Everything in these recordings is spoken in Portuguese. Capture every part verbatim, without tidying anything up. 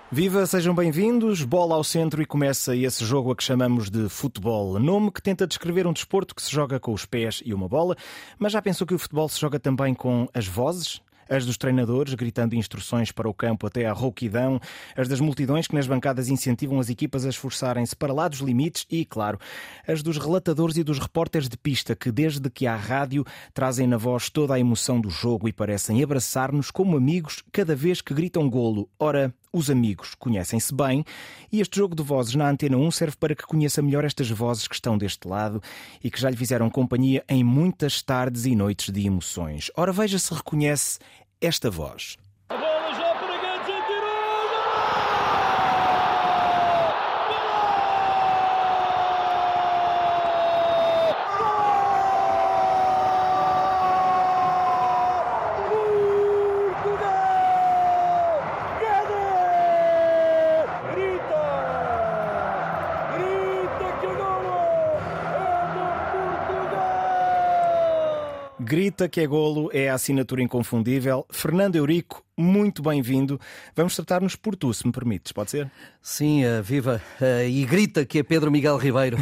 Viva, sejam bem-vindos. Bola ao centro e começa esse jogo a que chamamos de futebol. Nome que tenta descrever um desporto que se joga com os pés e uma bola, mas já pensou que o futebol se joga também com as vozes? As dos treinadores, gritando instruções para o campo até à rouquidão, as das multidões que nas bancadas incentivam as equipas a esforçarem-se para lá dos limites e, claro, as dos relatadores e dos repórteres de pista que, desde que há rádio, trazem na voz toda a emoção do jogo e parecem abraçar-nos como amigos cada vez que gritam golo. Ora, os amigos conhecem-se bem e este jogo de vozes na Antena um serve para que conheça melhor estas vozes que estão deste lado e que já lhe fizeram companhia em muitas tardes e noites de emoções. Ora, veja se reconhece esta voz. A bola já para Guedes, atirou! Grita que é golo, é a assinatura inconfundível. Fernando Eurico, muito bem-vindo. Vamos tratar-nos por tu, se me permites, pode ser? Sim, uh, viva. Uh, e grita que é Pedro Miguel Ribeiro.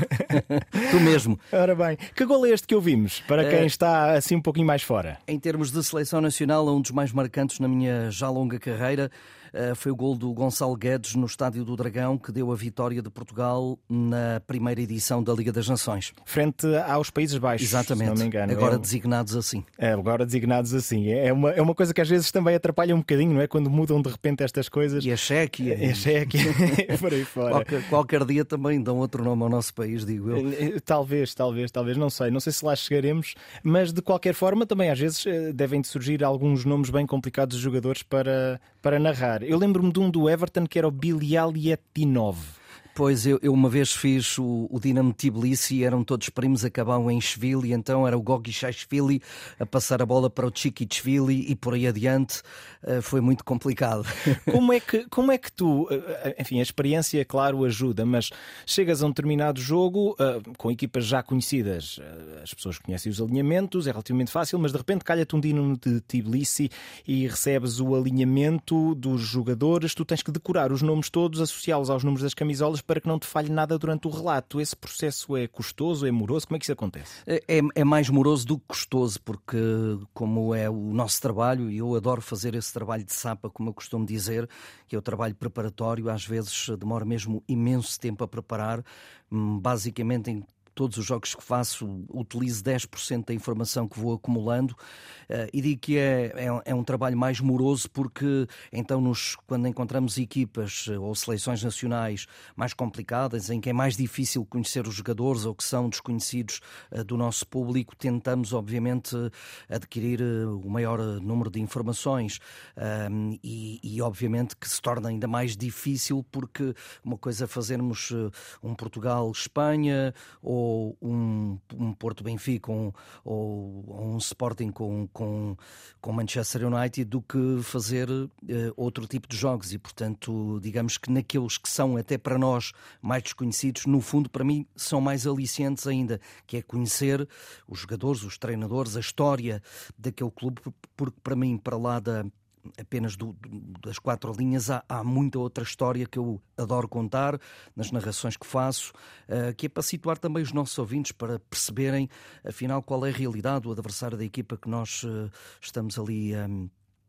Tu mesmo. Ora bem, que golo é este que ouvimos, para quem uh, está assim um pouquinho mais fora? Em termos de seleção nacional, um dos mais marcantes na minha já longa carreira uh, foi o golo do Gonçalo Guedes no Estádio do Dragão, que deu a vitória de Portugal na primeira edição da Liga das Nações. Frente aos Países Baixos, exatamente, se não me engano. Agora é... designados assim. É, agora designados assim. É uma, é uma coisa que às vezes também atrapalha um bocadinho, não é? Quando mudam de repente estas coisas. E a Chequia. E a Chequia, por aí fora. Qualquer, qualquer dia também dão outro nome ao nosso país, digo eu. Talvez, talvez, talvez, não sei. Não sei se lá chegaremos, mas de qualquer forma também às vezes devem surgir alguns nomes bem complicados de jogadores para, para narrar. Eu lembro-me de um do Everton que era o Bilialietdinov. Pois, eu, eu uma vez fiz o, o Dinamo Tbilisi, eram todos primos, acabavam em Shvili, então era o Gogichashvili a passar a bola para o Chikichvili e por aí adiante. Uh, foi muito complicado. Como é que, como é que tu, enfim, a experiência, claro, ajuda, mas chegas a um determinado jogo uh, com equipas já conhecidas, uh, as pessoas conhecem os alinhamentos, é relativamente fácil, mas de repente calha-te um Dinamo de Tbilisi e recebes o alinhamento dos jogadores, tu tens que decorar os nomes todos, associá-los aos números das camisolas para que não te falhe nada durante o relato. Esse processo é custoso, é moroso? Como é que isso acontece? É, é mais moroso do que custoso, porque como é o nosso trabalho, e eu adoro fazer esse trabalho de sapa, como eu costumo dizer, que é o trabalho preparatório, às vezes demora mesmo imenso tempo a preparar, basicamente em todos os jogos que faço, utilizo dez por cento da informação que vou acumulando uh, e digo que é, é, é um trabalho mais moroso porque então nos, quando encontramos equipas ou seleções nacionais mais complicadas, em que é mais difícil conhecer os jogadores ou que são desconhecidos uh, do nosso público, tentamos obviamente adquirir uh, o maior número de informações uh, e, e obviamente que se torna ainda mais difícil porque uma coisa é fazermos uh, um Portugal-Espanha ou ou um, um Porto Benfica um, ou, ou um Sporting com, com, com Manchester United do que fazer uh, outro tipo de jogos e, portanto, digamos que naqueles que são até para nós mais desconhecidos, no fundo, para mim, são mais alicientes ainda, que é conhecer os jogadores, os treinadores, a história daquele clube, porque para mim, para lá da apenas do, das quatro linhas há, há muita outra história que eu adoro contar nas narrações que faço, uh, que é para situar também os nossos ouvintes para perceberem afinal qual é a realidade, o adversário da equipa que nós uh, estamos ali um,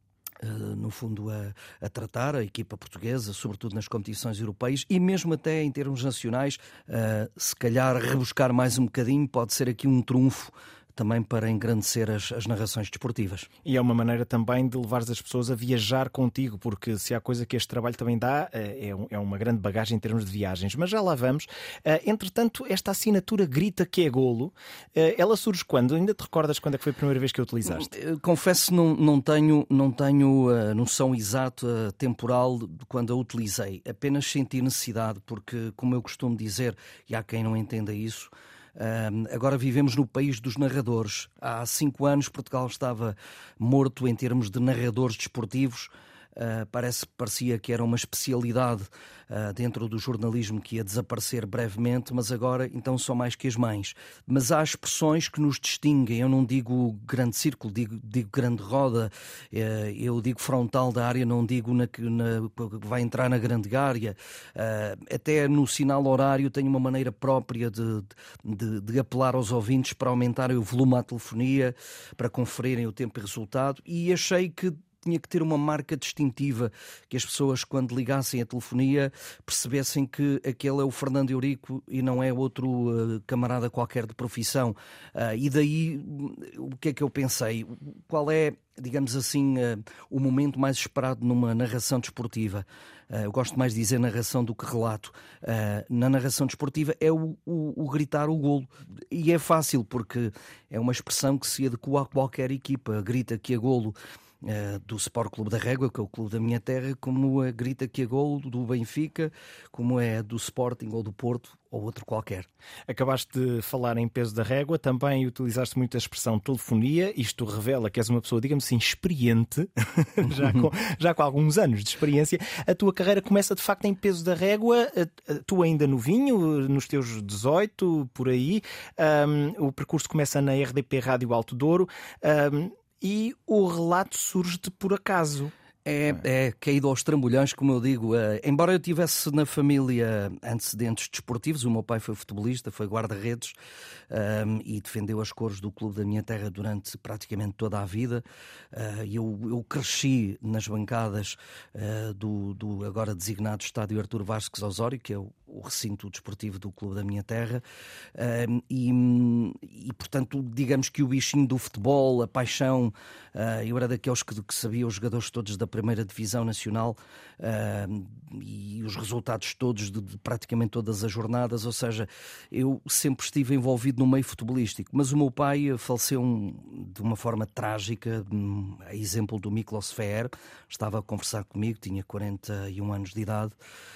Uh, no fundo a, a tratar, a equipa portuguesa, sobretudo nas competições europeias e mesmo até em termos nacionais, uh, se calhar rebuscar mais um bocadinho pode ser aqui um trunfo também para engrandecer as, as narrações desportivas. E é uma maneira também de levar as pessoas a viajar contigo, porque se há coisa que este trabalho também dá, é, um, é uma grande bagagem em termos de viagens. Mas já lá vamos. Entretanto, esta assinatura grita que é golo, ela surge quando? Ainda te recordas quando é que foi a primeira vez que a utilizaste? Confesso que não, não tenho, não tenho a noção exata temporal de quando a utilizei. Apenas senti necessidade, porque, como eu costumo dizer, e há quem não entenda isso, Uh, agora vivemos no país dos narradores. Há cinco anos Portugal estava morto em termos de narradores desportivos. Uh, parece, parecia que era uma especialidade uh, dentro do jornalismo que ia desaparecer brevemente, mas agora então são mais que as mães. Mas há expressões que nos distinguem. Eu não digo grande círculo, digo, digo grande roda, uh, eu digo frontal da área, não digo na que vai entrar na grande área. Uh, até no sinal horário tenho uma maneira própria de, de, de apelar aos ouvintes para aumentarem o volume à telefonia, para conferirem o tempo e resultado, e achei que tinha que ter uma marca distintiva, que as pessoas, quando ligassem a telefonia, percebessem que aquele é o Fernando Eurico e não é outro uh, camarada qualquer de profissão. Uh, e daí, o que é que eu pensei? Qual é, digamos assim, uh, o momento mais esperado numa narração desportiva? Uh, eu gosto mais de dizer narração do que relato. Uh, na narração desportiva é o, o, o gritar o golo. E é fácil, porque é uma expressão que se adequa a qualquer equipa. Grita que é golo Uh, do Sport Clube da Régua, que é o clube da minha terra, como a grita que é gol do Benfica, como é do Sporting ou do Porto ou outro qualquer. Acabaste de falar em peso da régua, também utilizaste muito a expressão telefonia. Isto revela que és uma pessoa, digamos assim, experiente, já, com, já com alguns anos de experiência. A tua carreira começa de facto em peso da régua, tu ainda novinho, nos teus dezoito, por aí. Um, o percurso começa na R D P Rádio Alto Douro. Um, E o relato surge-te por acaso. É, é caído aos trambolhões, como eu digo. Uh, embora eu tivesse na família antecedentes desportivos, o meu pai foi futebolista, foi guarda-redes um, e defendeu as cores do clube da minha terra durante praticamente toda a vida. Uh, eu, eu cresci nas bancadas uh, do, do agora designado Estádio Artur Vasques Osório, que é o, o recinto desportivo do clube da minha terra. Uh, e, e, portanto, digamos que o bichinho do futebol, a paixão, uh, eu era daqueles que, que sabia os jogadores todos da primeira divisão nacional uh, e os resultados todos de, de praticamente todas as jornadas, ou seja, eu sempre estive envolvido no meio futebolístico, mas o meu pai faleceu um, de uma forma trágica, um, a exemplo do Miklos Feher. Estava a conversar comigo, tinha quarenta e um anos de idade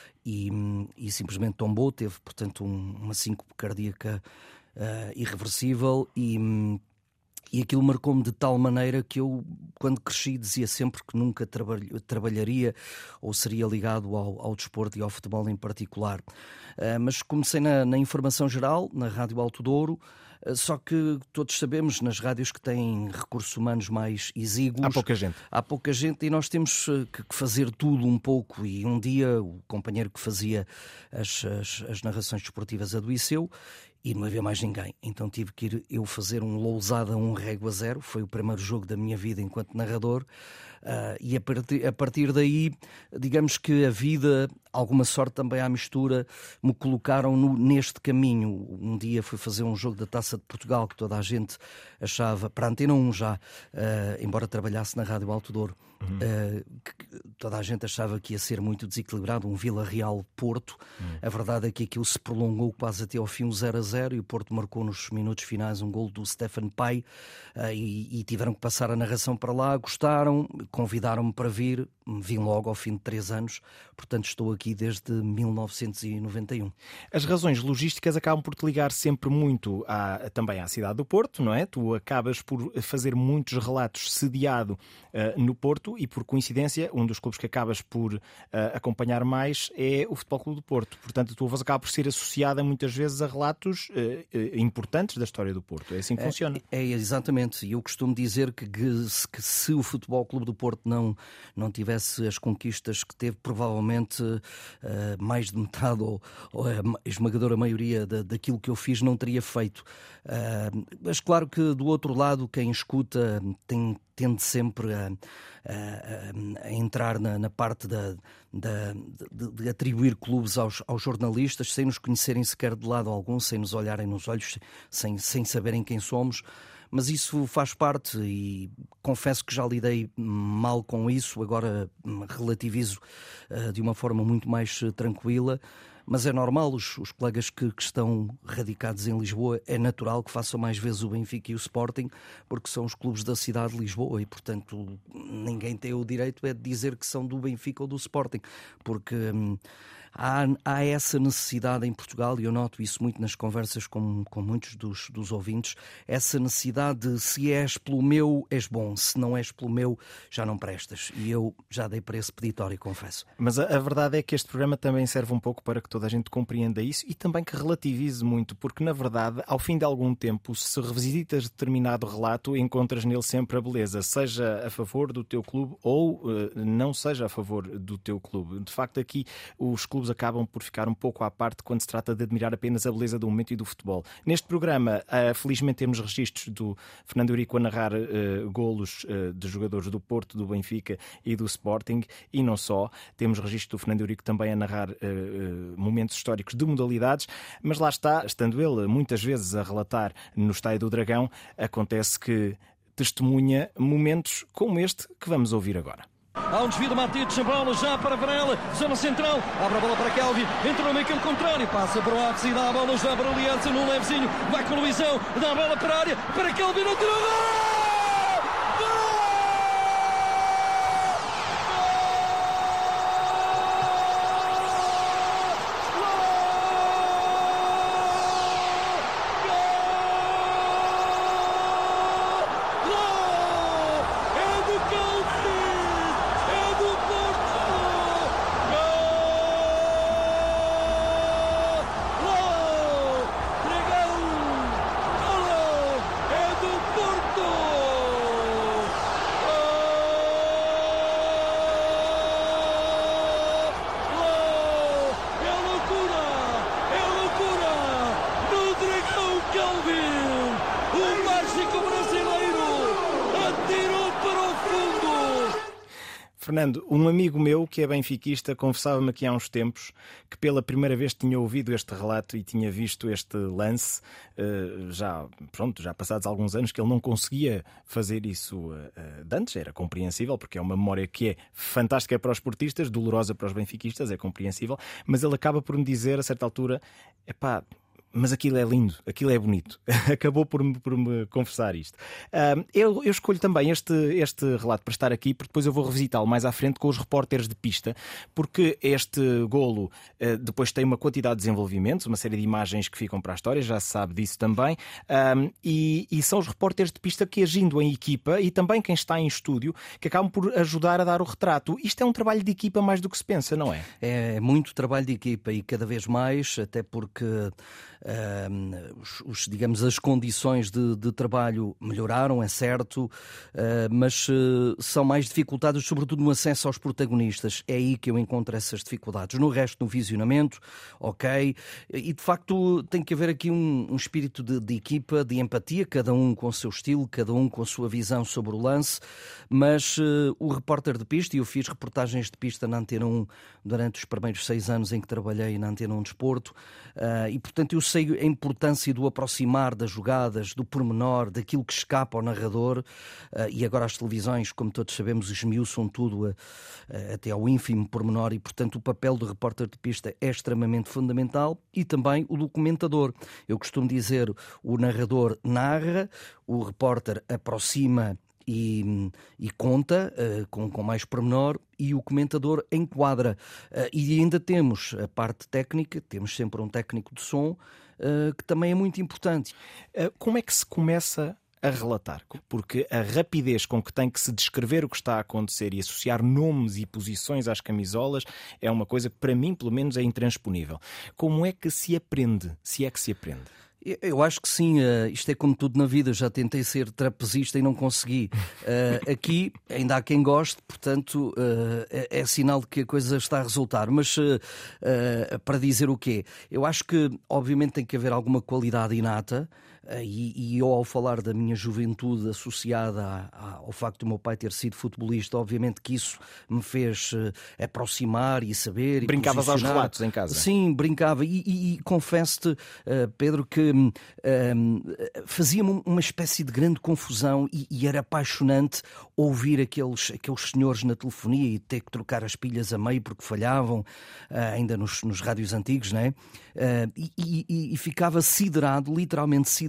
e, e simplesmente tombou, teve portanto um, uma síncope cardíaca uh, irreversível e E aquilo marcou-me de tal maneira que eu, quando cresci, dizia sempre que nunca trabalh- trabalharia ou seria ligado ao, ao desporto e ao futebol em particular. Uh, mas comecei na, na informação geral, na Rádio Alto Douro, uh, só que todos sabemos, nas rádios que têm recursos humanos mais exíguos... Há pouca gente. Há pouca gente e nós temos que, que fazer tudo um pouco. E um dia o companheiro que fazia as, as, as narrações desportivas adoeceu e não havia mais ninguém. Então tive que ir eu fazer um Lousada um Régua zero. Foi o primeiro jogo da minha vida enquanto narrador. Uh, e a partir, a partir daí, digamos que a vida, alguma sorte também à mistura, me colocaram no, neste caminho. Um dia fui fazer um jogo da Taça de Portugal que toda a gente achava, para a Antena um já, uh, embora trabalhasse na Rádio Alto Douro, uhum. uh, que, toda a gente achava que ia ser muito desequilibrado, um Vila Real Porto. Uhum. A verdade é que aquilo se prolongou quase até ao fim, um zero a zero, e o Porto marcou nos minutos finais um gol do Stefan Pai, uh, e, e tiveram que passar a narração para lá. Gostaram, convidaram-me para vir, vim logo ao fim de três anos, portanto estou aqui desde mil novecentos e noventa e um. As razões logísticas acabam por te ligar sempre muito à, também à cidade do Porto, não é? Tu acabas por fazer muitos relatos sediado uh, no Porto e, por coincidência, um dos clubes que acabas por uh, acompanhar mais é o Futebol Clube do Porto. Portanto, a tua voz acaba por ser associada muitas vezes a relatos uh, uh, importantes da história do Porto. É assim que é, funciona. É, exatamente. E eu costumo dizer que, que, que se o Futebol Clube do Porto não, não tivesse as conquistas que teve, provavelmente uh, mais de metade ou, ou a esmagadora maioria da, daquilo que eu fiz não teria feito. Uh, mas claro que do outro lado quem escuta tem, tende sempre a, a, a entrar na, na parte da, da, de, de atribuir clubes aos, aos jornalistas sem nos conhecerem sequer de lado algum, sem nos olharem nos olhos, sem, sem saberem quem somos. Mas isso faz parte e confesso que já lidei mal com isso, agora relativizo uh, de uma forma muito mais uh, tranquila, mas é normal, os, os colegas que, que estão radicados em Lisboa, é natural que façam mais vezes o Benfica e o Sporting, porque são os clubes da cidade de Lisboa e, portanto, ninguém tem o direito é de dizer que são do Benfica ou do Sporting, porque hum, há, há essa necessidade em Portugal, e eu noto isso muito nas conversas com, com muitos dos, dos ouvintes, essa necessidade de se és pelo meu, és bom, se não és pelo meu, já não prestas. E eu já dei para esse peditório, confesso. Mas a, a verdade é que este programa também serve um pouco para que toda a gente compreenda isso e também que relativize muito, porque na verdade, ao fim de algum tempo, se revisitas determinado relato, encontras nele sempre a beleza, seja a favor do teu clube ou uh, não seja a favor do teu clube. De facto, aqui os clubes acabam por ficar um pouco à parte quando se trata de admirar apenas a beleza do momento e do futebol. Neste programa, uh, felizmente temos registros do Fernando Eurico a narrar uh, golos uh, de jogadores do Porto, do Benfica e do Sporting, e não só. Temos registro do Fernando Eurico também a narrar uh, uh, momentos históricos de modalidades, mas lá está, estando ele muitas vezes a relatar no Estádio do Dragão, acontece que testemunha momentos como este que vamos ouvir agora. Há um desvio de Matites, a bola já para Varela, zona central, abre a bola para Kelvin, entra no meio campo contrário, passa para o ápice e dá a bola já para o Aliança, no levezinho, vai com o Luizão, dá a bola para a área, para Kelvin, não tirou, gol! Fernando, um amigo meu que é benfiquista confessava-me aqui há uns tempos que pela primeira vez tinha ouvido este relato e tinha visto este lance, já, pronto, já passados alguns anos, que ele não conseguia fazer isso de antes. Era compreensível, porque é uma memória que é fantástica para os esportistas, dolorosa para os benfiquistas, é compreensível, mas ele acaba por me dizer a certa altura: epá, mas aquilo é lindo, aquilo é bonito. Acabou por me, por me confessar isto. Uh, eu, eu escolho também este, este relato para estar aqui, porque depois eu vou revisitá-lo mais à frente com os repórteres de pista, porque este golo uh, depois tem uma quantidade de desenvolvimentos, uma série de imagens que ficam para a história, já se sabe disso também, uh, e, e são os repórteres de pista que, agindo em equipa, e também quem está em estúdio, que acabam por ajudar a dar o retrato. Isto é um trabalho de equipa mais do que se pensa, não é? É muito trabalho de equipa e cada vez mais, até porque Uh, os, os, digamos, as condições de, de trabalho melhoraram, é certo, uh, mas uh, são mais dificultadas, sobretudo no acesso aos protagonistas. É aí que eu encontro essas dificuldades. No resto, no visionamento, ok. E de facto tem que haver aqui um, um espírito de, de equipa, de empatia, cada um com o seu estilo, cada um com a sua visão sobre o lance, mas uh, o repórter de pista, e eu fiz reportagens de pista na Antena um durante os primeiros seis anos em que trabalhei na Antena um Desporto, uh, e portanto eu sei a importância do aproximar das jogadas, do pormenor, daquilo que escapa ao narrador, e agora as televisões, como todos sabemos, esmiuçam tudo até ao ínfimo pormenor, e portanto o papel do repórter de pista é extremamente fundamental, e também o do comentador. Eu costumo dizer, o narrador narra, o repórter aproxima E, e conta uh, com, com mais pormenor, e o comentador enquadra. Uh, e ainda temos a parte técnica, temos sempre um técnico de som, uh, que também é muito importante. Uh, como é que se começa a relatar? Porque a rapidez com que tem que se descrever o que está a acontecer e associar nomes e posições às camisolas é uma coisa que para mim, pelo menos, é intransponível. Como é que se aprende? Se é que se aprende? Eu acho que sim, uh, isto é como tudo na vida, já tentei ser trapezista e não consegui. Uh, aqui ainda há quem goste, portanto uh, é, é sinal de que a coisa está a resultar. Mas uh, uh, para dizer o quê? Eu acho que obviamente tem que haver alguma qualidade inata, uh, e, e eu, ao falar da minha juventude associada a, a, ao facto do meu pai ter sido futebolista, obviamente que isso me fez uh, aproximar e saber. Brincavas e aos relatos em casa? Sim, brincava, e, e, e confesso-te, uh, Pedro, que Um, um, fazia-me uma espécie de grande confusão, e, e era apaixonante ouvir aqueles, aqueles senhores na telefonia e ter que trocar as pilhas a meio porque falhavam, uh, ainda nos, nos rádios antigos, não é? Uh, e, e, e ficava siderado, literalmente siderado,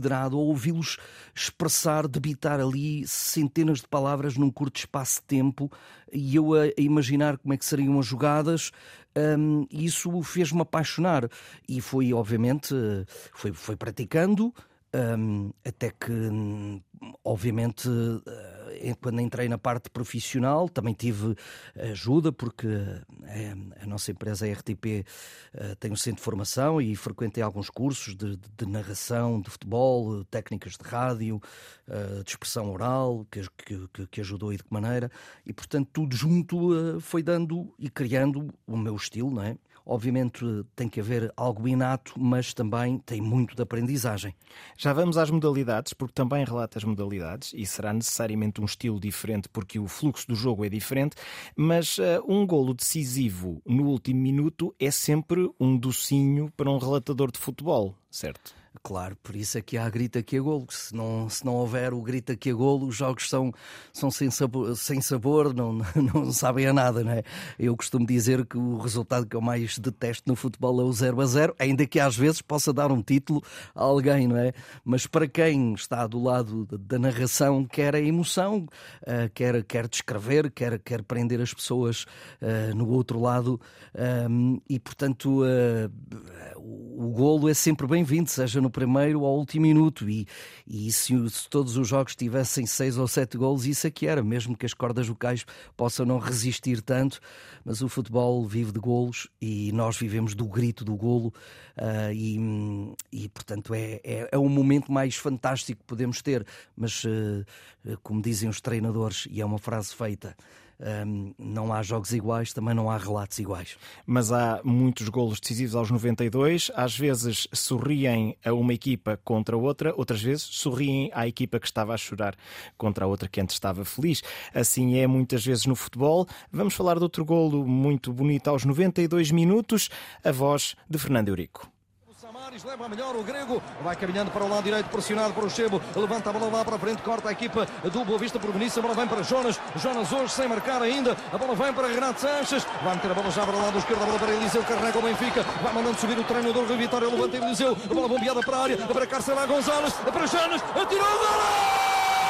moderado, a ouvi-los expressar, debitar ali centenas de palavras num curto espaço de tempo, e eu a, a imaginar como é que seriam as jogadas. Um, isso fez-me apaixonar e foi, obviamente, foi, foi praticando. Um, até que, obviamente, quando entrei na parte profissional também tive ajuda, porque a, a nossa empresa, a R T P, tem um centro de formação e frequentei alguns cursos de, de, de narração de futebol, técnicas de rádio, de expressão oral, que, que, que ajudou e de que maneira, e portanto tudo junto foi dando e criando o meu estilo, não é? Obviamente tem que haver algo inato, mas também tem muito de aprendizagem. Já vamos às modalidades, porque também relata as modalidades e será necessariamente um estilo diferente porque o fluxo do jogo é diferente, mas uh, um golo decisivo no último minuto é sempre um docinho para um relatador de futebol, certo? Claro, por isso é que há grita aqui a golo. Se não, se não houver o grita aqui a golo, os jogos são, são sem sabor, sem sabor não, não sabem a nada, não é? Eu costumo dizer que o resultado que eu mais detesto no futebol é o zero a zero, ainda que às vezes possa dar um título a alguém, não é? Mas para quem está do lado da narração, quer a emoção, quer, quer descrever, quer, quer prender as pessoas no outro lado, e portanto o golo é sempre bem-vindo, seja no primeiro ou último minuto, e, e se, se todos os jogos tivessem seis ou sete golos, isso é que era, mesmo que as cordas vocais possam não resistir tanto, mas o futebol vive de golos e nós vivemos do grito do golo, uh, e, e portanto é, é, é um momento mais fantástico que podemos ter, mas uh, como dizem os treinadores, e é uma frase feita, Um, não há jogos iguais, também não há relatos iguais. Mas há muitos golos decisivos aos noventa e dois, às vezes sorriem a uma equipa contra outra, outras vezes sorriem à equipa que estava a chorar contra a outra que antes estava feliz. Assim é muitas vezes no futebol. Vamos falar de outro golo muito bonito aos noventa e dois minutos, a voz de Fernando Eurico. Leva a melhor o grego, vai caminhando para o lado direito, pressionado para o Chebo, levanta a bola lá para a frente, corta a equipa do Boa Vista por Benício, a bola vem para Jonas, Jonas hoje sem marcar ainda, a bola vem para Renato Sanches, vai meter a bola já para o lado esquerdo, a bola para Eliseu, carrega o Benfica, vai mandando subir o treinador Rui Vitória, levanta Eliseu, a bola bombeada para a área, para Carcelá Gonzalez, para Jonas, atirou a bola!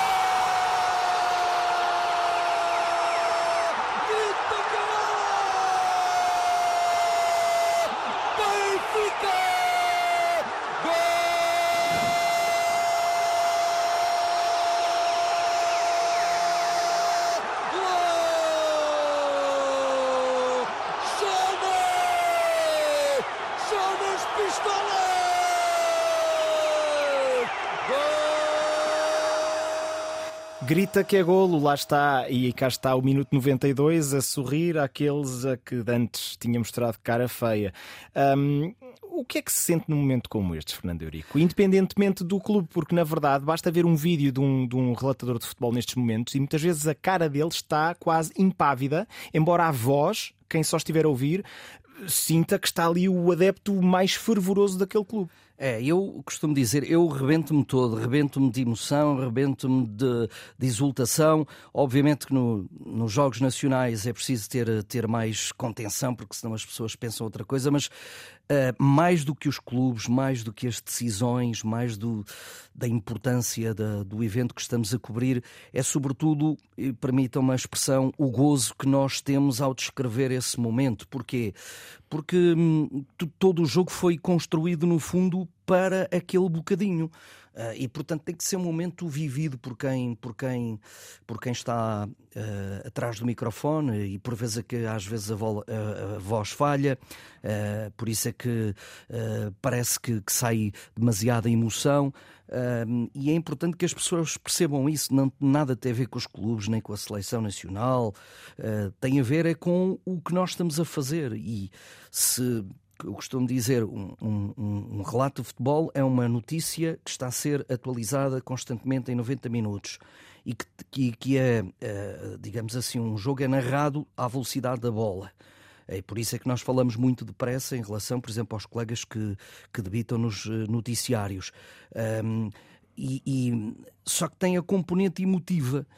Grita que é golo, lá está, e cá está o minuto noventa e dois a sorrir àqueles a que antes tinha mostrado cara feia. Um, o que é que se sente num momento como este, Fernando Eurico? Independentemente do clube, porque na verdade basta ver um vídeo de um, de um relatador de futebol nestes momentos e muitas vezes a cara dele está quase impávida, embora a voz, quem só estiver a ouvir, sinta que está ali o adepto mais fervoroso daquele clube. É, eu costumo dizer, eu rebento-me todo, rebento-me de emoção, rebento-me de, de exultação. Obviamente que no, nos jogos nacionais é preciso ter, ter mais contenção, porque senão as pessoas pensam outra coisa, mas uh, mais do que os clubes, mais do que as decisões, mais do, da importância da, do evento que estamos a cobrir, é sobretudo, permitam-me a expressão, o gozo que nós temos ao descrever esse momento. Porquê? Porque hum, todo o jogo foi construído, no fundo, para aquele bocadinho. Uh, e, portanto, tem que ser um momento vivido por quem, por quem, por quem está uh, atrás do microfone, e por vezes é que às vezes a, vo- a, a voz falha, uh, por isso é que uh, parece que, que sai demasiada emoção. Uh, e é importante que as pessoas percebam isso. Não tem nada a ter a ver com os clubes nem com a seleção nacional, uh, tem a ver é com o que nós estamos a fazer. E se eu costumo dizer, um, um, um relato de futebol é uma notícia que está a ser atualizada constantemente em noventa minutos e que, que, que é, uh, digamos assim, um jogo é narrado à velocidade da bola. E por isso é que nós falamos muito depressa em relação, por exemplo, aos colegas que, que debitam nos noticiários. Um, e, e, só que tem a componente emotiva.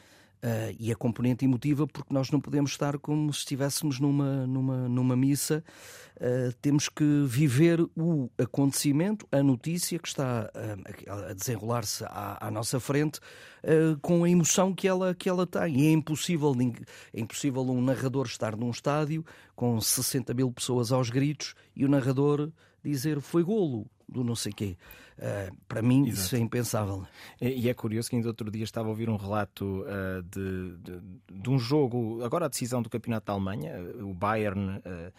Uh, e a componente emotiva, porque nós não podemos estar como se estivéssemos numa, numa, numa missa. Uh, temos que viver o acontecimento, a notícia que está uh, a desenrolar-se à, à nossa frente, uh, com a emoção que ela, que ela tem. E é impossível, é impossível um narrador estar num estádio com sessenta mil pessoas aos gritos e o narrador dizer foi golo do não sei quê. Uh, para mim, Exato. Isso é impensável. E é curioso que ainda outro dia estava a ouvir um relato uh, de, de, de um jogo, agora a decisão do Campeonato da Alemanha, o Bayern uh,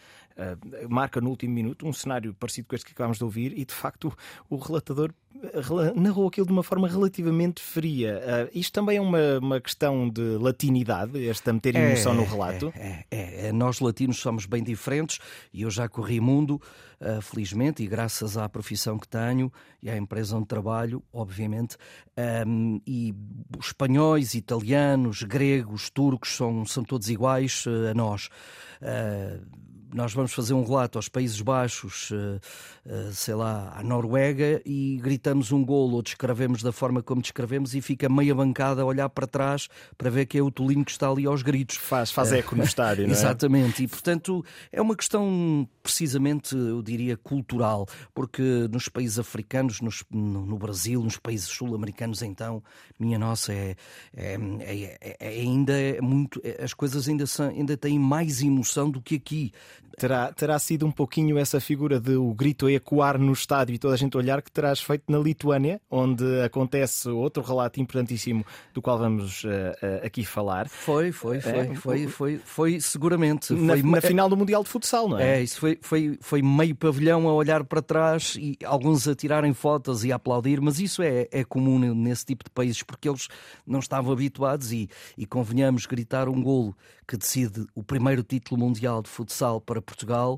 uh, marca no último minuto um cenário parecido com este que acabámos de ouvir e de facto o, o relatador narrou aquilo de uma forma relativamente fria. Uh, isto também é uma, uma questão de latinidade, esta meter emoção é, no relato? É, é, é. Nós latinos somos bem diferentes e eu já corri mundo, uh, felizmente, e graças à profissão que tenho e à empresa onde trabalho, obviamente, um, e os espanhóis, italianos, gregos, turcos são, são todos iguais uh, a nós. Uh, Nós vamos fazer um relato aos Países Baixos, sei lá, à Noruega, e gritamos um golo ou descrevemos da forma como descrevemos e fica meia bancada a olhar para trás para ver que é o Tolinho que está ali aos gritos. Faz, faz eco no estádio, não é? Exatamente. E, portanto, é uma questão precisamente, eu diria, cultural, porque nos países africanos, nos, no Brasil, nos países sul-americanos, então, minha nossa, é, é, é, é ainda é muito... As coisas ainda, são, ainda têm mais emoção do que aqui. Terá, terá sido um pouquinho essa figura de o grito a ecoar no estádio e toda a gente olhar que terás feito na Lituânia, onde acontece outro relato importantíssimo do qual vamos uh, uh, aqui falar. Foi, foi, foi, é, foi, foi, foi seguramente. Na, foi, na final do Mundial de Futsal, não é? É, isso foi, foi, foi meio pavilhão a olhar para trás e alguns a tirarem fotos e a aplaudir, mas isso é, é comum nesse tipo de países, porque eles não estavam habituados e, e convenhamos, gritar um golo que decide o primeiro título mundial de futsal para Portugal,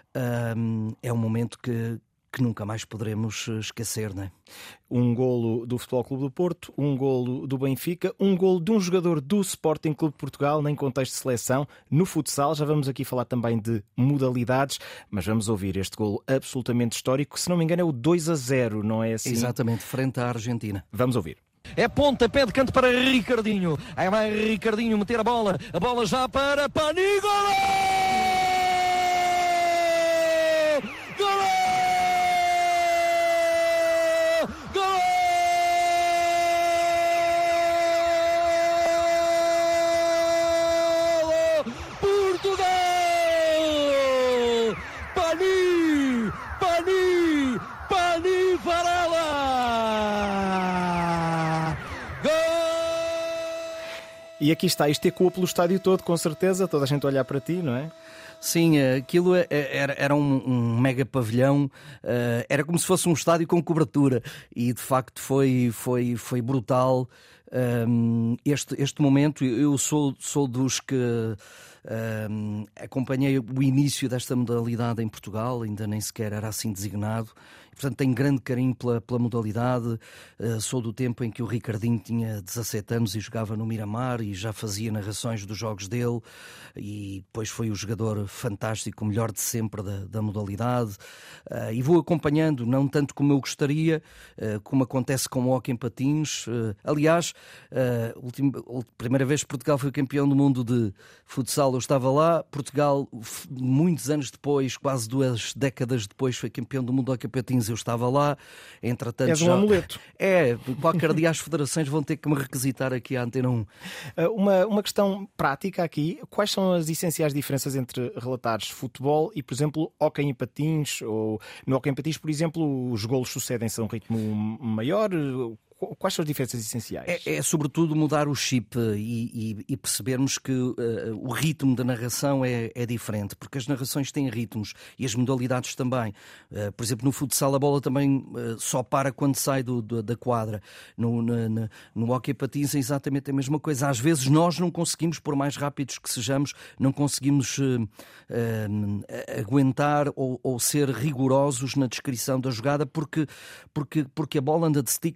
um, é um momento que, que nunca mais poderemos esquecer, não é? Um golo do Futebol Clube do Porto, um golo do Benfica, um golo de um jogador do Sporting Clube de Portugal, em contexto de seleção, no futsal. Já vamos aqui falar também de modalidades, mas vamos ouvir este golo absolutamente histórico, que, se não me engano, é o dois a zero, não é assim? Exatamente, frente à Argentina. Vamos ouvir. É ponta, pé de canto para Ricardinho. Aí vai Ricardinho meter a bola. A bola já para Pani. Golo! Golo! Golo! Portugal! Pani! Pani! Pani Varela! E aqui está, isto ecoou pelo estádio todo, com certeza, toda a gente a olhar para ti, não é? Sim, aquilo era, era um, um mega pavilhão, era como se fosse um estádio com cobertura e de facto foi, foi, foi brutal este, este momento. Eu sou, sou dos que um, acompanhei o início desta modalidade em Portugal, ainda nem sequer era assim designado. Portanto, tenho grande carinho pela, pela modalidade. Uh, sou do tempo em que o Ricardinho tinha dezassete anos e jogava no Miramar e já fazia narrações dos jogos dele. E depois foi o jogador fantástico, o melhor de sempre da, da modalidade. Uh, e vou acompanhando, não tanto como eu gostaria, uh, como acontece com o hóquei em patins. Uh, aliás, uh, última, a primeira vez que Portugal foi campeão do mundo de futsal, eu estava lá. Portugal, muitos anos depois, quase duas décadas depois, foi campeão do mundo do hóquei em patins. Eu estava lá, entretanto... És um já... amuleto. É, qualquer dia as federações vão ter que me requisitar aqui à Antena um. Uma, uma questão prática aqui, quais são as essenciais diferenças entre relatares futebol e, por exemplo, hóquei em patins? Ou no hóquei em patins, por exemplo, os golos sucedem-se a um ritmo maior? Quais são as diferenças essenciais? É, é sobretudo mudar o chip e, e, e percebermos que uh, o ritmo da narração é, é diferente, porque as narrações têm ritmos e as modalidades também. Uh, por exemplo, no futsal a bola também uh, só para quando sai do, do, da quadra. No, no, no, no hóquei patins é exatamente a mesma coisa. Às vezes nós não conseguimos, por mais rápidos que sejamos, não conseguimos uh, uh, aguentar ou, ou ser rigorosos na descrição da jogada, porque, porque, porque a bola anda de stick em stick e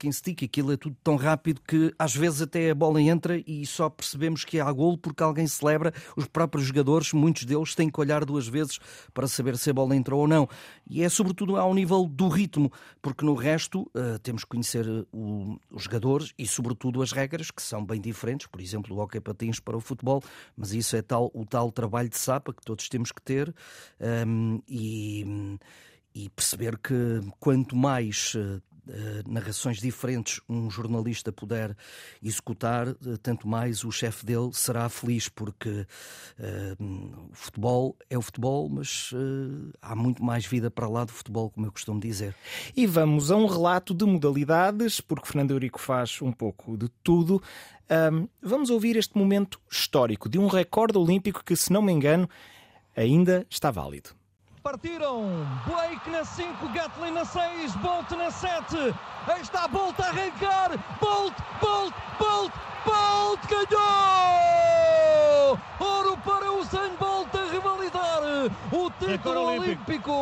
aquilo é tudo tão rápido que às vezes até a bola entra e só percebemos que há golo porque alguém celebra. Os próprios jogadores, muitos deles, têm que olhar duas vezes para saber se a bola entrou ou não. E é sobretudo ao nível do ritmo, porque no resto uh, temos que conhecer o, os jogadores e sobretudo as regras, que são bem diferentes. Por exemplo, o hóquei patins para o futebol, mas isso é tal, o tal trabalho de sapa que todos temos que ter, um, e, e perceber que quanto mais uh, narrações diferentes um jornalista puder executar, tanto mais o chefe dele será feliz, porque uh, o futebol é o futebol, mas uh, há muito mais vida para lá do futebol, como eu costumo dizer. E vamos a um relato de modalidades, porque Fernando Eurico faz um pouco de tudo. Um, vamos ouvir este momento histórico de um recorde olímpico que, se não me engano, ainda está válido. Partiram, Blake na cinco, Gatlin na seis, Bolt na sete. Aí está Bolt a arrancar. Bolt, Bolt, Bolt, Bolt ganhou! Ouro para o Usain Bolt a revalidar o título olímpico.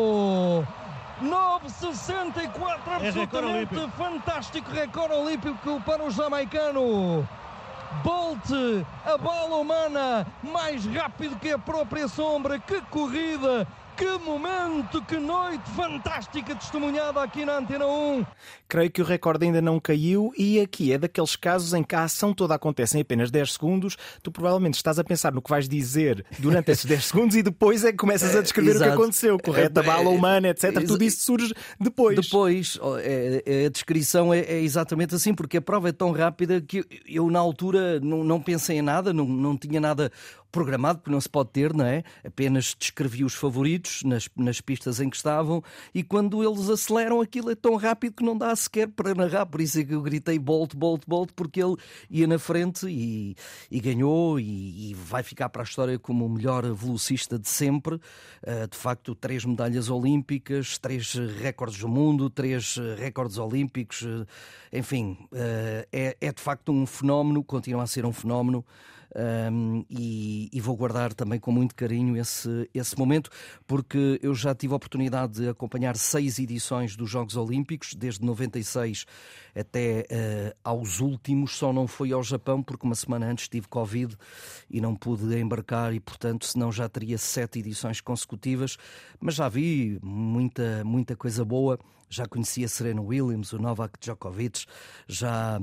nove vírgula sessenta e quatro, absolutamente é fantástico recorde olímpico para o jamaicano. Bolt, a bola humana, mais rápido que a própria sombra. Que corrida! Que momento, que noite fantástica testemunhada aqui na Antena um. Creio que o recorde ainda não caiu e aqui é daqueles casos em que a ação toda acontece em apenas dez segundos. Tu provavelmente estás a pensar no que vais dizer durante esses dez segundos e depois é que começas a descrever é, o que aconteceu, correto? A bala humana, etcétera. Tudo isso surge depois. Depois, é, a descrição é, é exatamente assim, porque a prova é tão rápida que eu na altura não, não pensei em nada, não, não tinha nada programado, porque não se pode ter, não é? Apenas descrevi os favoritos nas, nas pistas em que estavam, e quando eles aceleram aquilo é tão rápido que não dá sequer para narrar. Por isso é que eu gritei Bolt, Bolt, Bolt, porque ele ia na frente e, e ganhou e, e vai ficar para a história como o melhor velocista de sempre. Uh, de facto, três medalhas olímpicas, três recordes do mundo, três recordes olímpicos, uh, enfim, uh, é, é de facto um fenómeno, continua a ser um fenómeno. Um, e, e vou guardar também com muito carinho esse, esse momento, porque eu já tive a oportunidade de acompanhar seis edições dos Jogos Olímpicos, desde noventa e seis até uh, aos últimos. Só não fui ao Japão porque uma semana antes tive Covid e não pude embarcar, e portanto senão já teria sete edições consecutivas, mas já vi muita, muita coisa boa. Já conhecia Serena Williams, o Novak Djokovic, já...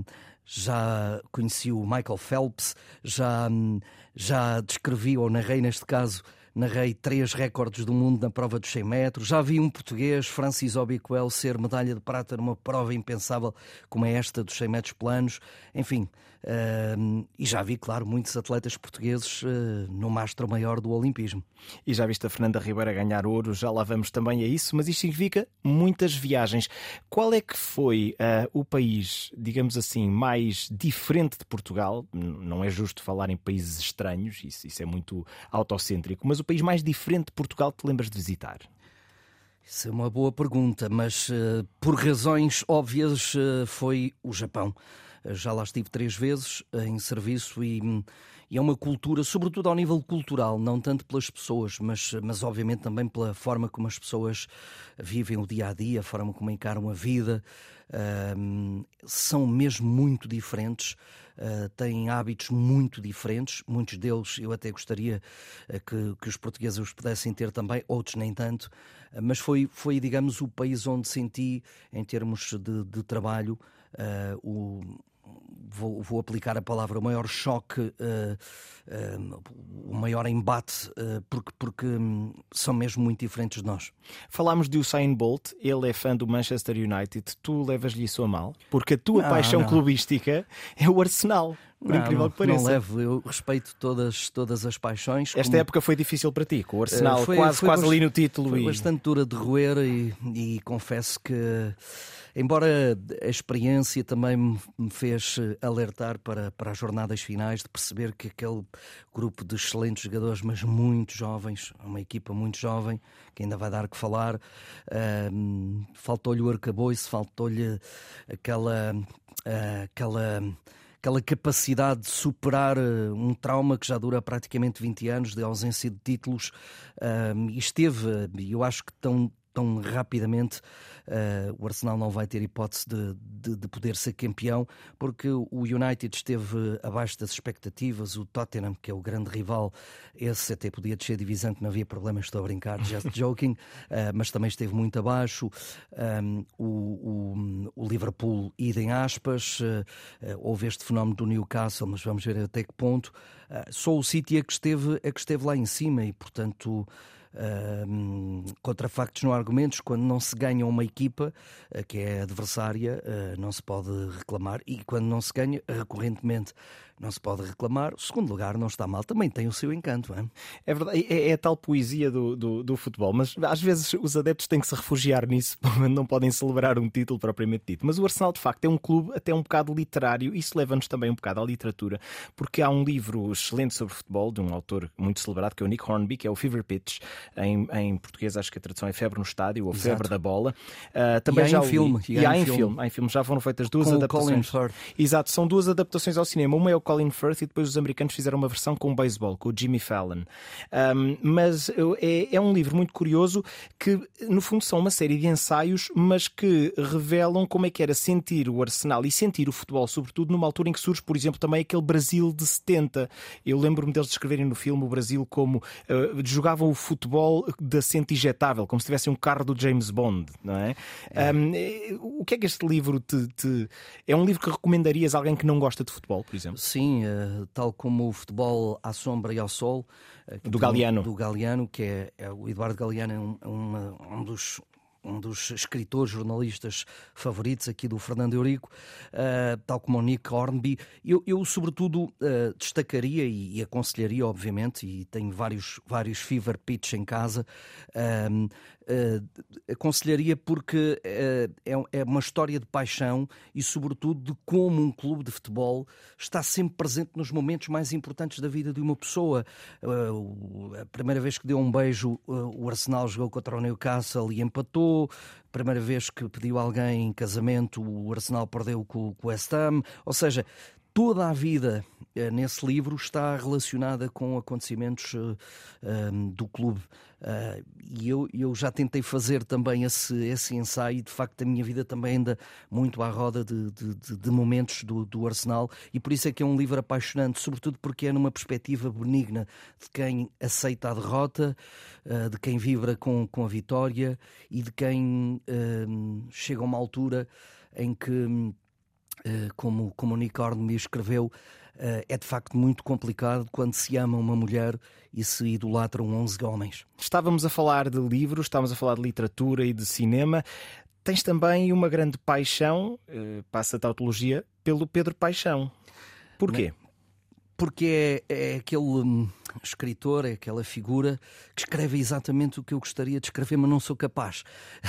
Já conheci o Michael Phelps, já, já descrevi, ou narrei neste caso, narrei três recordes do mundo na prova dos cem metros. Já vi um português, Francis Obiquel, ser medalha de prata numa prova impensável como é esta dos cem metros planos. Enfim, uh, e já vi, claro, muitos atletas portugueses uh, no mastro maior do olimpismo. E já viste a Fernanda Ribeira ganhar ouro, já lá vamos também a isso, mas isto significa muitas viagens. Qual é que foi uh, o país, digamos assim, mais diferente de Portugal? Não é justo falar em países estranhos, isso, isso é muito autocêntrico, mas o país mais diferente de Portugal que te lembras de visitar? Isso é uma boa pergunta, mas uh, por razões óbvias uh, foi o Japão. Uh, já lá estive três vezes uh, em serviço e, e é uma cultura, sobretudo ao nível cultural, não tanto pelas pessoas, mas, mas obviamente também pela forma como as pessoas vivem o dia-a-dia, a forma como encaram a vida. Uh, são mesmo muito diferentes. Uh, têm hábitos muito diferentes, muitos deles eu até gostaria uh, que, que os portugueses os pudessem ter também, outros nem tanto, uh, mas foi, foi, digamos, o país onde senti, em termos de, de trabalho, uh, o... Vou, vou aplicar a palavra, o maior choque, uh, uh, o maior embate, uh, porque, porque um, são mesmo muito diferentes de nós. Falámos de Usain Bolt, ele é fã do Manchester United. Tu levas-lhe isso a mal? Porque a tua não, paixão não. clubística é o Arsenal, por não, incrível não, que pareça. Não levo, eu respeito todas, todas as paixões. Esta como... época foi difícil para ti, com o Arsenal uh, foi, quase, foi quase bast... ali no título. Foi e... bastante dura de roer e, e confesso que... Embora a experiência também me fez alertar para, para as jornadas finais, de perceber que aquele grupo de excelentes jogadores, mas muito jovens, uma equipa muito jovem, que ainda vai dar que falar, uh, faltou-lhe o arcabouço, faltou-lhe aquela... Uh, aquela aquela capacidade de superar uh, um trauma que já dura praticamente vinte anos de ausência de títulos, uh, e esteve, e eu acho que tão tão rapidamente uh, o Arsenal não vai ter hipótese de, de, de poder ser campeão, porque o United esteve abaixo das expectativas, o Tottenham, que é o grande rival, esse até podia descer divisão, que não havia problemas, estou a brincar, just joking, uh, mas também esteve muito abaixo. Um, o, o, o Liverpool, idem aspas, uh, uh, houve este fenómeno do Newcastle, mas vamos ver até que ponto. Uh, só o City é que, esteve, é que esteve lá em cima e, portanto, Uh, contra factos não há argumentos. Quando não se ganha uma equipa uh, que é adversária, uh, não se pode reclamar, e quando não se ganha recorrentemente não se pode reclamar. O segundo lugar não está mal, também tem o seu encanto, é, é verdade, é, é a tal poesia do, do, do futebol, mas às vezes os adeptos têm que se refugiar nisso, não podem celebrar um título propriamente dito. Mas o Arsenal de facto é um clube até um bocado literário, isso leva-nos também um bocado à literatura, porque há um livro excelente sobre futebol de um autor muito celebrado, que é o Nick Hornby, que é o Fever Pitch. Em, em português acho que a tradução é Febre no Estádio ou Febre da Bola. Uh, também e há já em filme. E, e há em filme. filme. Há em filme. Já foram feitas duas com adaptações. O Colin Firth. Exato, são duas adaptações ao cinema. Uma é o Colin Firth e depois os americanos fizeram uma versão com o beisebol, com o Jimmy Fallon. Um, mas é, é um livro muito curioso que, no fundo, são uma série de ensaios, mas que revelam como é que era sentir o Arsenal e sentir o futebol, sobretudo numa altura em que surge, por exemplo, também aquele Brasil de setenta. Eu lembro-me deles descreverem no filme o Brasil como uh, jogavam o futebol de assento injetável, como se tivesse um carro do James Bond, não é? É. Um, o que é que este livro te, te... É um livro que recomendarias a alguém que não gosta de futebol, por exemplo? Sim, uh, tal como o futebol à sombra e ao sol. Uh, do Galeano. Do Galeano, que é, é o Eduardo Galeano, é um, uma, um dos... um dos escritores, jornalistas favoritos aqui do Fernando Eurico, uh, tal como o Nick Hornby. Eu, eu sobretudo, uh, destacaria e, e aconselharia, obviamente, e tenho vários, vários Fever Pitch em casa, uh, uh, aconselharia porque uh, é, é uma história de paixão e, sobretudo, de como um clube de futebol está sempre presente nos momentos mais importantes da vida de uma pessoa. Uh, a primeira vez que deu um beijo, uh, o Arsenal jogou contra o Newcastle e empatou. Primeira vez que pediu alguém em casamento, o Arsenal perdeu com o West Ham. Ou seja, toda a vida nesse livro está relacionada com acontecimentos uh, um, do clube. Uh, e eu, eu já tentei fazer também esse, esse ensaio e, de facto, a minha vida também anda muito à roda de, de, de, de momentos do, do Arsenal, e por isso é que é um livro apaixonante, sobretudo porque é numa perspectiva benigna de quem aceita a derrota, uh, de quem vibra com, com a vitória e de quem uh, chega a uma altura em que, Uh, como, como o Nick Hornby escreveu, uh, é de facto muito complicado quando se ama uma mulher e se idolatram onze homens. Estávamos a falar de livros, estávamos a falar de literatura e de cinema. Tens também uma grande paixão, uh, passa a tautologia, pelo Pedro Paixão. Porquê? Não. Porque é, é aquele hum, escritor, é aquela figura que escreve exatamente o que eu gostaria de escrever, mas não sou capaz.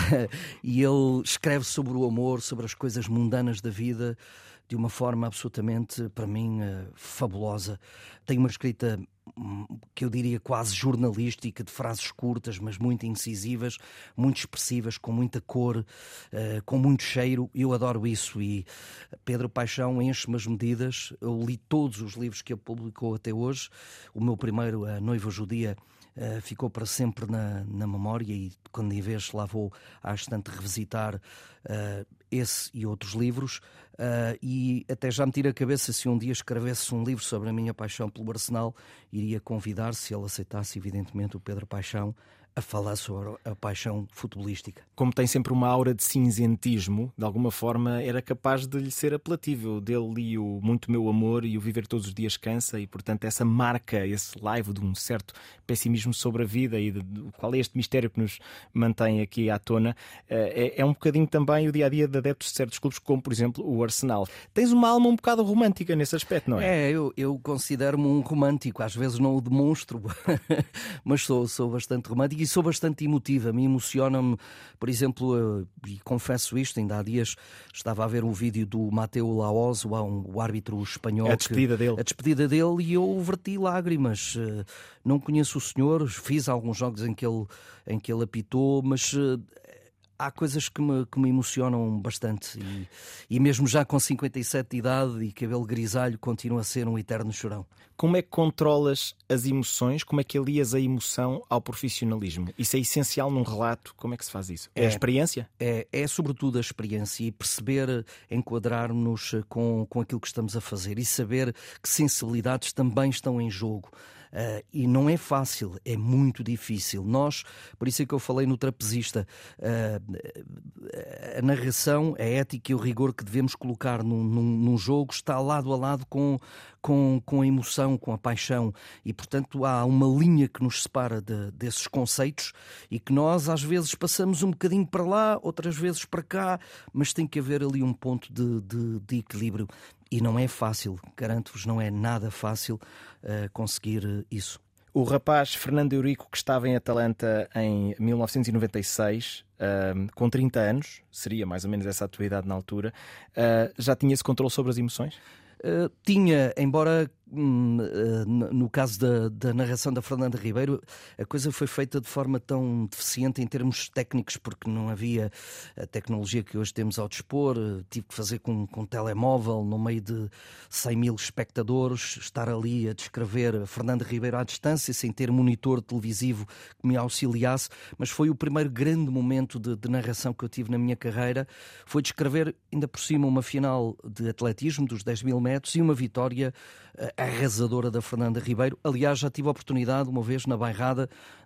E ele escreve sobre o amor, sobre as coisas mundanas da vida, de uma forma absolutamente, para mim, fabulosa. Tem uma escrita que eu diria quase jornalística, de frases curtas, mas muito incisivas, muito expressivas, com muita cor, com muito cheiro. Eu adoro isso, e Pedro Paixão enche-me as medidas. Eu li todos os livros que ele publicou até hoje. O meu primeiro, A Noiva Judia, Uh, ficou para sempre na, na memória, e quando em vez lá vou à estante revisitar uh, esse e outros livros, uh, e até já me tira a cabeça, se um dia escrevesse um livro sobre a minha paixão pelo Arsenal, iria convidar, se ele aceitasse, evidentemente, o Pedro Paixão a falar sobre a paixão futebolística. Como tem sempre uma aura de cinzentismo, de alguma forma era capaz de lhe ser apelativo. Dele li o Muito Meu Amor e o Viver Todos os Dias Cansa, e portanto essa marca, esse live de um certo pessimismo sobre a vida e de, de qual é este mistério que nos mantém aqui à tona, é, é um bocadinho também o dia-a-dia de adeptos de certos clubes, como por exemplo o Arsenal. Tens uma alma um bocado romântica nesse aspecto, não é? É, eu, eu considero-me um romântico, às vezes não o demonstro, mas sou, sou bastante romântico. E sou bastante emotiva, me emociona-me, por exemplo, e confesso isto, ainda há dias estava a ver um vídeo do Mateu Laoz, o árbitro espanhol. A despedida que, dele. A despedida dele, e eu verti lágrimas. Não conheço o senhor, fiz alguns jogos em que ele, em que ele apitou, mas há coisas que me, que me emocionam bastante e, e mesmo já com cinquenta e sete de idade e cabelo grisalho, continuo a ser um eterno chorão. Como é que controlas as emoções? Como é que alias a emoção ao profissionalismo? Isso é essencial num relato. Como é que se faz isso? É, é a experiência? É, é sobretudo a experiência e perceber, enquadrar-nos com, com aquilo que estamos a fazer e saber que sensibilidades também estão em jogo. Uh, e não é fácil, é muito difícil. Nós, por isso é que eu falei no trapezista, uh, a narração, a ética e o rigor que devemos colocar num, num, num jogo está lado a lado com, com, com a emoção, com a paixão, e portanto há uma linha que nos separa de, desses conceitos e que nós às vezes passamos um bocadinho para lá, outras vezes para cá, mas tem que haver ali um ponto de, de, de equilíbrio. E não é fácil, garanto-vos, não é nada fácil uh, conseguir isso. O rapaz Fernando Eurico, que estava em Atalanta em mil novecentos e noventa e seis, uh, com trinta anos, seria mais ou menos essa a tua idade na altura, uh, já tinha esse controle sobre as emoções? Uh, tinha, embora hum, uh, no caso da, da narração da Fernanda Ribeiro a coisa foi feita de forma tão deficiente em termos técnicos, porque não havia a tecnologia que hoje temos ao dispor. Uh, tive que fazer com, com um telemóvel no meio de cem mil espectadores, estar ali a descrever a Fernanda Ribeiro à distância, sem ter monitor televisivo que me auxiliasse, mas foi o primeiro grande momento de, de narração que eu tive na minha carreira. Foi descrever, ainda por cima, uma final de atletismo dos dez mil metros e uma vitória uh, arrasadora da Fernanda Ribeiro. Aliás, já tive a oportunidade uma vez na Bairrada,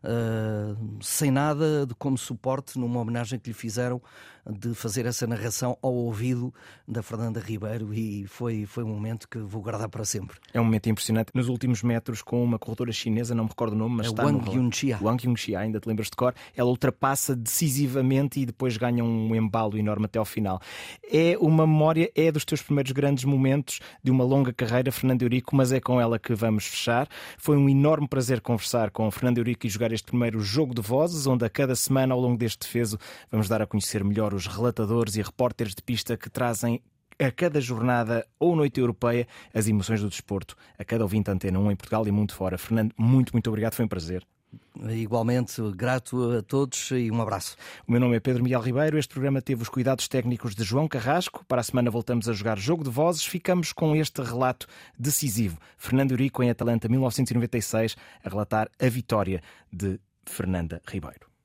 uh, sem nada de como suporte, numa homenagem que lhe fizeram, de fazer essa narração ao ouvido da Fernanda Ribeiro, e foi, foi um momento que vou guardar para sempre. É um momento impressionante. Nos últimos metros, com uma corredora chinesa, não me recordo o nome, mas é está Wang no... Yunxia. Wang Yunxia, ainda te lembras de cor? Ela ultrapassa decisivamente e depois ganha um embalo enorme até ao final. É uma memória, é dos teus primeiros grandes momentos de uma longa carreira, Fernando Eurico, mas é com ela que vamos fechar. Foi um enorme prazer conversar com Fernando Eurico e jogar este primeiro jogo de vozes, onde a cada semana, ao longo deste defeso, vamos dar a conhecer melhor os relatadores e repórteres de pista que trazem a cada jornada ou noite europeia as emoções do desporto, a cada ouvinte Antena um em Portugal e muito fora. Fernando, muito, muito obrigado, foi um prazer. Igualmente, grato a todos e um abraço. O meu nome é Pedro Miguel Ribeiro. Este programa teve os cuidados técnicos de João Carrasco. Para a semana voltamos a jogar Jogo de Vozes. Ficamos com este relato decisivo. Fernando Eurico em Atalanta mil novecentos e noventa e seis, a relatar a vitória de Fernanda Ribeiro.